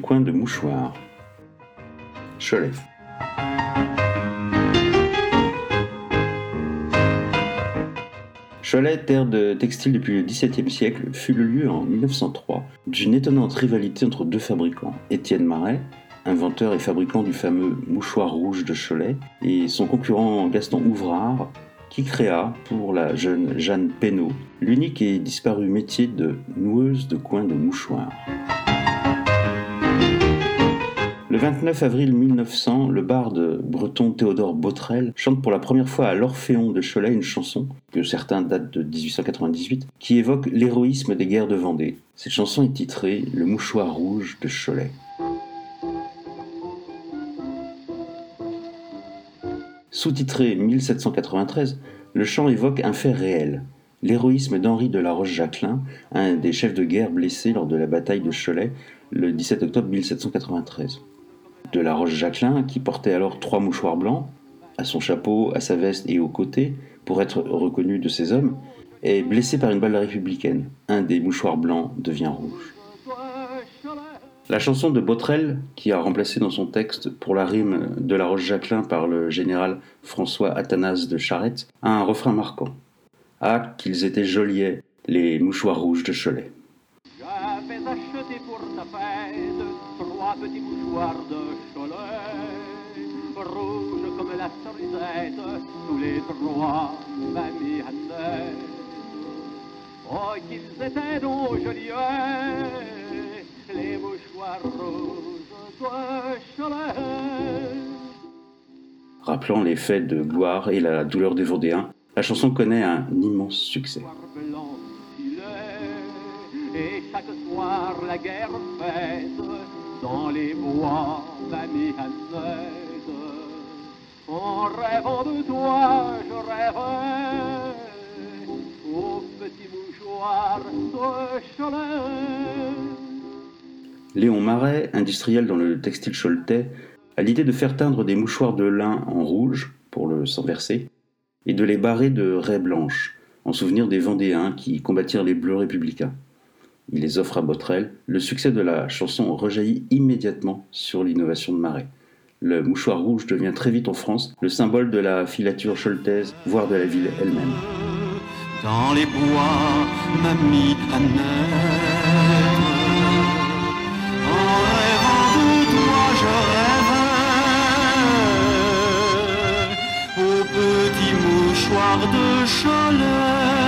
coin de mouchoir. Cholet. Cholet, terre de textile depuis le XVIIe siècle, fut le lieu en 1903 d'une étonnante rivalité entre deux fabricants, Étienne Maret, inventeur et fabricant du fameux mouchoir rouge de Cholet, et son concurrent Gaston Ouvrard, qui créa, pour la jeune Jeanne Pénaud, l'unique et disparu métier de noueuse de coin de mouchoir. Le 29 avril 1900, le barde breton Théodore Botrel chante pour la première fois à l'Orphéon de Cholet une chanson, que certains datent de 1898, qui évoque l'héroïsme des guerres de Vendée. Cette chanson est titrée « Le mouchoir rouge de Cholet ». Sous-titré 1793, le chant évoque un fait réel, l'héroïsme d'Henri de la Roche-Jacquelin, un des chefs de guerre blessés lors de la bataille de Cholet le 17 octobre 1793. De la Roche-Jacquelin, qui portait alors 3 mouchoirs blancs, à son chapeau, à sa veste et aux côtés, pour être reconnu de ses hommes, est blessé par une balle républicaine. Un des mouchoirs blancs devient rouge. La chanson de Botrel, qui a remplacé dans son texte pour la rime de la Roche-Jacquelin par le général François Athanase de Charette, a un refrain marquant. Ah, qu'ils étaient joliets, les mouchoirs rouges de Cholet. J'avais acheté pour ta fête 3 petits mouchoirs de Cholet, rouges comme la cerisette, tous les 3 mamie Annette. Oh, qu'ils étaient donc joliets, les mouchoirs rouges de Cholet. Rappelant les faits de gloire et la douleur des Vendéens, la chanson connaît un immense succès. Et chaque soir la guerre faite dans les bois d'Amie Annette. En rêvant de toi, je rêvais au petit mouchoir de Cholet. Léon Maret, industriel dans le textile choletais, a l'idée de faire teindre des mouchoirs de lin en rouge, pour le sang versé, et de les barrer de raies blanches, en souvenir des Vendéens qui combattirent les Bleus républicains. Il les offre à Botrel. Le succès de la chanson rejaillit immédiatement sur l'innovation de Maret. Le mouchoir rouge devient très vite en France le symbole de la filature choletaise, voire de la ville elle-même. Dans les bois, mamie Annette. En rêvant de toi, je rêvais au petit mouchoir de Cholet.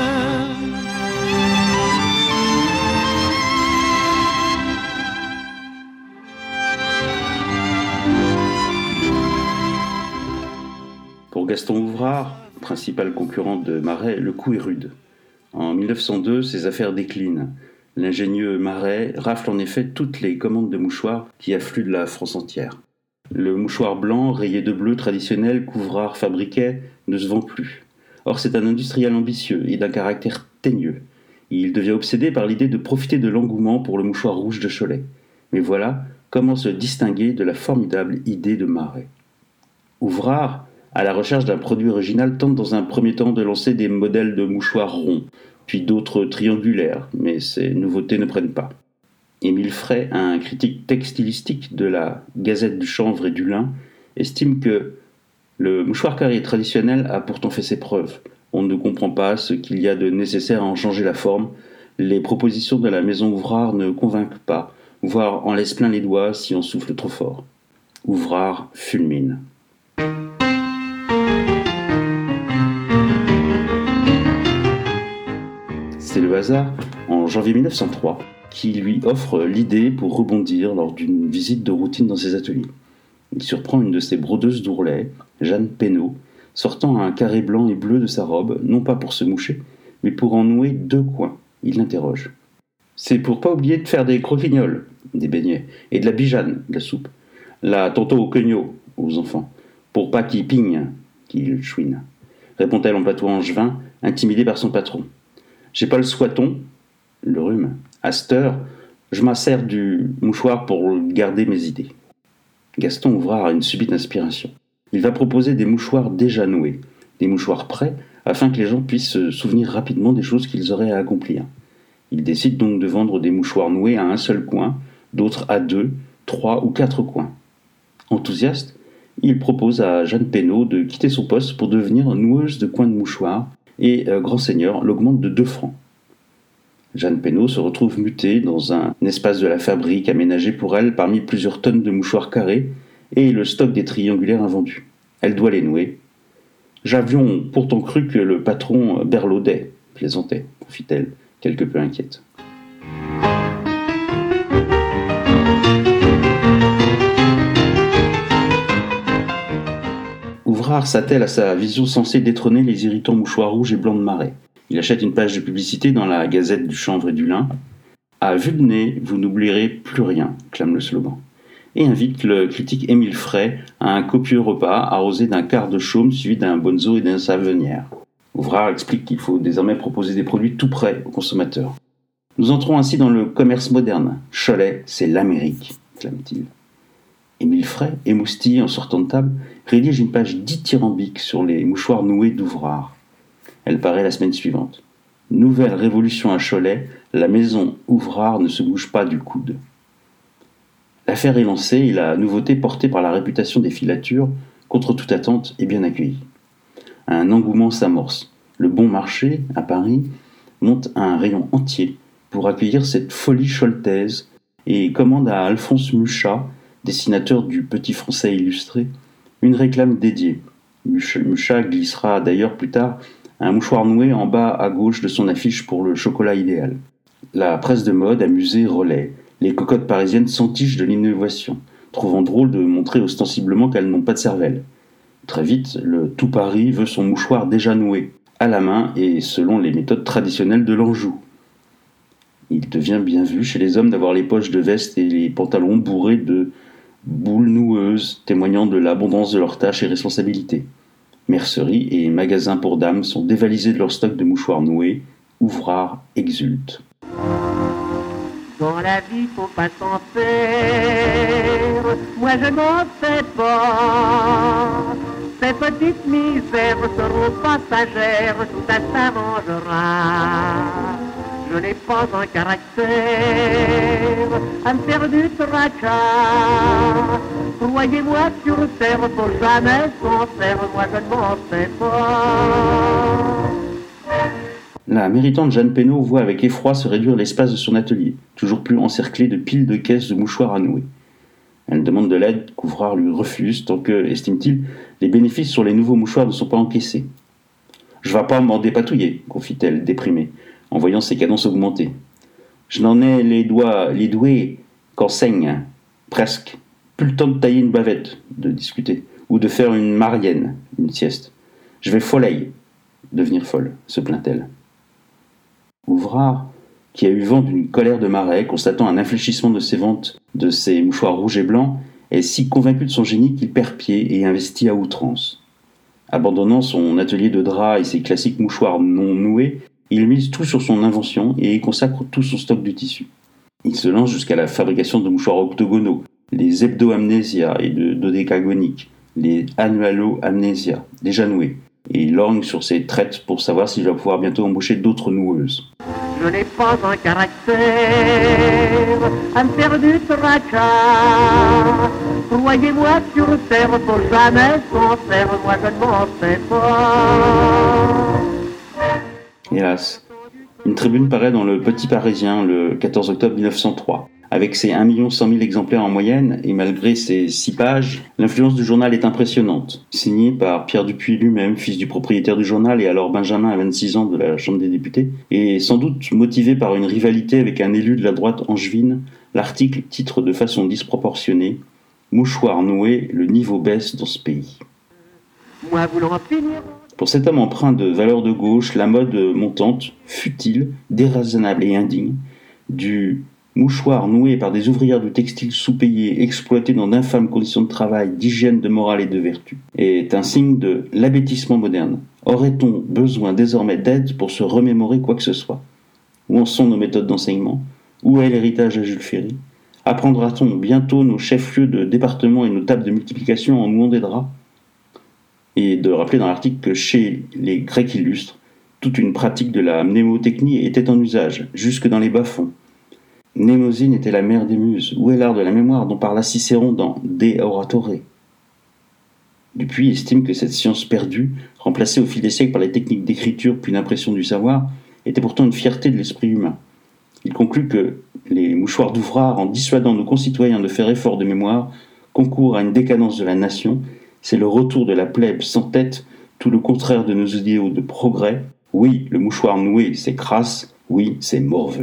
Pour Gaston Ouvrard, principal concurrent de Maret, le coup est rude. En 1902, ses affaires déclinent. L'ingénieux Maret rafle en effet toutes les commandes de mouchoirs qui affluent de la France entière. Le mouchoir blanc, rayé de bleu traditionnel qu'Ouvrard fabriquait, ne se vend plus. Or, c'est un industriel ambitieux et d'un caractère teigneux. Il devient obsédé par l'idée de profiter de l'engouement pour le mouchoir rouge de Cholet. Mais voilà comment se distinguer de la formidable idée de Maret. Ouvrard, à la recherche d'un produit original, tente dans un premier temps de lancer des modèles de mouchoirs ronds, puis d'autres triangulaires, mais ces nouveautés ne prennent pas. Émile Frey, un critique textilistique de la Gazette du Chanvre et du Lin, estime que le mouchoir carré traditionnel a pourtant fait ses preuves. On ne comprend pas ce qu'il y a de nécessaire à en changer la forme. Les propositions de la maison Ouvrard ne convainquent pas, voire en laissent plein les doigts si on souffle trop fort. Ouvrard fulmine. C'est le hasard, en janvier 1903, qui lui offre l'idée pour rebondir lors d'une visite de routine dans ses ateliers. Il surprend une de ses brodeuses d'ourlets, Jeanne Pénaud, sortant un carré blanc et bleu de sa robe, non pas pour se moucher, mais pour en nouer 2 coins. Il l'interroge. « C'est pour pas oublier de faire des croquignoles, des beignets, et de la bijane, de la soupe. Là, tantôt au queugneau, aux enfants, pour pas qu'ils pignent, qu'ils chouinent. » Répond-elle en patois angevin, intimidée par son patron. « J'ai pas le soiton, le rhume. À cette heure, je m'insère du mouchoir pour garder mes idées. » Gaston Ouvrard a une subite inspiration. Il va proposer des mouchoirs déjà noués, des mouchoirs prêts, afin que les gens puissent se souvenir rapidement des choses qu'ils auraient à accomplir. Il décide donc de vendre des mouchoirs noués à un seul coin, d'autres à 2, 3 ou 4 coins. Enthousiaste, il propose à Jeanne Pénaud de quitter son poste pour devenir noueuse de coins de mouchoirs et grand seigneur l'augmente de 2 francs. Jeanne Pénaud se retrouve mutée dans un espace de la fabrique aménagé pour elle parmi plusieurs tonnes de mouchoirs carrés et le stock des triangulaires invendus. Elle doit les nouer. J'avions pourtant cru que le patron berlaudait, plaisantait, fit-elle, quelque peu inquiète. Ouvrard s'attelle à sa vision censée détrôner les irritants mouchoirs rouges et blancs de Marais. Il achète une page de publicité dans la Gazette du Chanvre et du Lin. « À vue de nez, vous n'oublierez plus rien », clame le slogan. Et invite le critique Émile Frey à un copieux repas arrosé d'un quart de chaume suivi d'un bonzo et d'un savonnière. Ouvrard explique qu'il faut désormais proposer des produits tout prêts aux consommateurs. Nous entrons ainsi dans le commerce moderne. Cholet, c'est l'Amérique, clame-t-il. Émile Frey, émoustillé en sortant de table, rédige une page dithyrambique sur les mouchoirs noués d'Ouvrard. Elle paraît la semaine suivante. Nouvelle révolution à Cholet, la maison Ouvrard ne se bouge pas du coude. L'affaire est lancée et la nouveauté portée par la réputation des filatures, contre toute attente, est bien accueillie. Un engouement s'amorce. Le Bon Marché, à Paris, monte un rayon entier pour accueillir cette folie choletaise et commande à Alphonse Muchat, dessinateur du Petit Français illustré, une réclame dédiée. Muchat glissera d'ailleurs plus tard un mouchoir noué en bas à gauche de son affiche pour le chocolat idéal. La presse de mode, amusée, relaie. Les cocottes parisiennes s'entichent de l'innovation, trouvant drôle de montrer ostensiblement qu'elles n'ont pas de cervelle. Très vite, le tout Paris veut son mouchoir déjà noué, à la main et selon les méthodes traditionnelles de l'Anjou. Il devient bien vu chez les hommes d'avoir les poches de veste et les pantalons bourrés de boules noueuses, témoignant de l'abondance de leurs tâches et responsabilités. Merceries et magasins pour dames sont dévalisés de leur stock de mouchoirs noués. Ouvrard exulte. Dans la vie, faut pas s'en faire, moi je n'en fais pas. Ces petites misères seront passagères, tout ça s'arrangera. Je n'ai pas un caractère à me faire du tracas. Croyez-moi sur terre, faut jamais s'en faire, moi je ne m'en fais pas. La méritante Jeanne Pénaud voit avec effroi se réduire l'espace de son atelier, toujours plus encerclé de piles de caisses de mouchoirs à nouer. Elle demande de l'aide qu'Ouvrard lui refuse, tant que, estime-t-il, les bénéfices sur les nouveaux mouchoirs ne sont pas encaissés. « Je ne vais pas m'en dépatouiller », confie-t-elle, déprimée, en voyant ses cadences augmenter. « Je n'en ai les doués qu'en saigne, presque. Plus le temps de tailler une bavette, de discuter, ou de faire une marienne, une sieste. Je vais folleille, devenir folle, se plaint-elle. » Ouvrard, qui a eu vent d'une colère de Marais, constatant un infléchissement de ses ventes de ses mouchoirs rouges et blancs, est si convaincu de son génie qu'il perd pied et investit à outrance. Abandonnant son atelier de drap et ses classiques mouchoirs non noués, il mise tout sur son invention et consacre tout son stock de tissu. Il se lance jusqu'à la fabrication de mouchoirs octogonaux, les hebdo-amnésias et de dodécagoniques, les annualo-amnésias, déjà noués, et il lorgne sur ses traites pour savoir s'il va pouvoir bientôt embaucher d'autres noueuses. Je n'ai pas un caractère à me faire du tracas. Croyez-moi sur terre, faut jamais s'en faire, moi je ne m'en fais pas. Hélas, une tribune paraît dans le Petit Parisien le 14 octobre 1903. Avec ses 1 100 000 exemplaires en moyenne, et malgré ses 6 pages, l'influence du journal est impressionnante. Signé par Pierre Dupuis lui-même, fils du propriétaire du journal et alors Benjamin à 26 ans de la Chambre des députés, et sans doute motivé par une rivalité avec un élu de la droite angevine, l'article titre de façon disproportionnée « Mouchoir noué, le niveau baisse dans ce pays ». Pour cet homme empreint de valeurs de gauche, la mode montante, futile, déraisonnable et indigne, du mouchoir noué par des ouvrières du textile sous-payées, exploitées dans d'infâmes conditions de travail, d'hygiène, de morale et de vertu, est un signe de l'abêtissement moderne. Aurait-on besoin désormais d'aide pour se remémorer quoi que ce soit ? Où en sont nos méthodes d'enseignement ? Où est l'héritage de Jules Ferry ? Apprendra-t-on bientôt nos chefs-lieux de département et nos tables de multiplication en nouant des draps ? Et de rappeler dans l'article que chez les Grecs illustres, toute une pratique de la mnémotechnie était en usage, jusque dans les bas-fonds. Mnémosyne était la mère des muses. Où est l'art de la mémoire dont parla Cicéron dans De Oratore? Dupuy estime que cette science perdue, remplacée au fil des siècles par les techniques d'écriture puis d'impression du savoir, était pourtant une fierté de l'esprit humain. Il conclut que les mouchoirs d'Ouvrard, en dissuadant nos concitoyens de faire effort de mémoire, concourent à une décadence de la nation. C'est le retour de la plèbe sans tête, tout le contraire de nos idéaux de progrès. Oui, le mouchoir noué, c'est crasse. Oui, c'est morveux.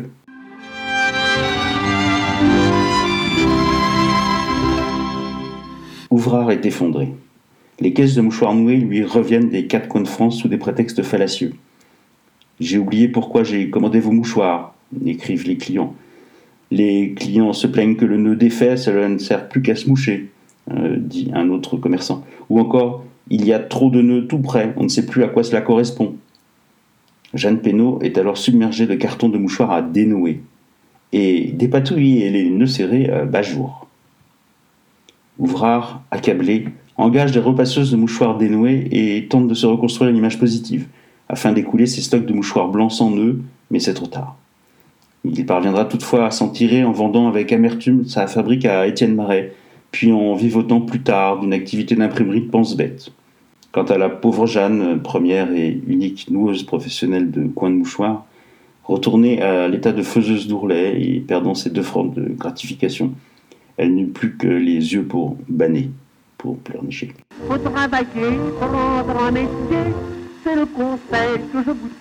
Ouvrard est effondré. Les caisses de mouchoirs noués lui reviennent des quatre coins de France sous des prétextes fallacieux. J'ai oublié pourquoi j'ai commandé vos mouchoirs, écrivent les clients. Les clients se plaignent que le nœud défait, cela ne sert plus qu'à se moucher, dit un autre commerçant. Ou encore, il y a trop de nœuds tout près, on ne sait plus à quoi cela correspond. Jeanne Pénaud est alors submergée de cartons de mouchoirs à dénouer et dépatouiller les nœuds serrés bas jour. Ouvrard, accablé, engage des repasseuses de mouchoirs dénoués et tente de se reconstruire une image positive, afin d'écouler ses stocks de mouchoirs blancs sans nœuds, mais c'est trop tard. Il parviendra toutefois à s'en tirer en vendant avec amertume sa fabrique à Étienne Marais, puis en vivotant plus tard d'une activité d'imprimerie de pense-bête. Quant à la pauvre Jeanne, première et unique noueuse professionnelle de coin de mouchoir, retournée à l'état de faiseuse d'ourlets et perdant ses 2 francs de gratification, elle n'eut plus que les yeux pour banner, pour pleurnicher. Faut travailler, prendre un métier, c'est le conseil que je vous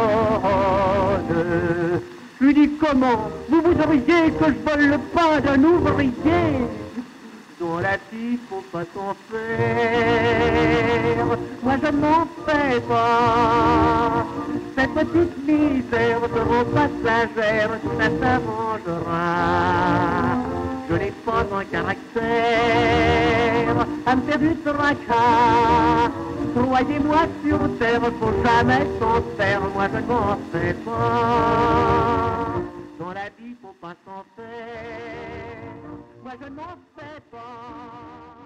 donne. Je lui dis comment vous voudriez que je vole le pain d'un ouvrier. Dans la vie, faut pas s'en faire. Moi, je n'en fais pas. Cette petite misère sera passagère, ça s'arrangera. Je n'ai pas un caractère à me faire du tracas. Croyez-moi, sur terre, faut jamais s'en faire. Moi, je n'en fais pas. Dans la vie, faut pas s'en faire. Moi, je n'en fais pas.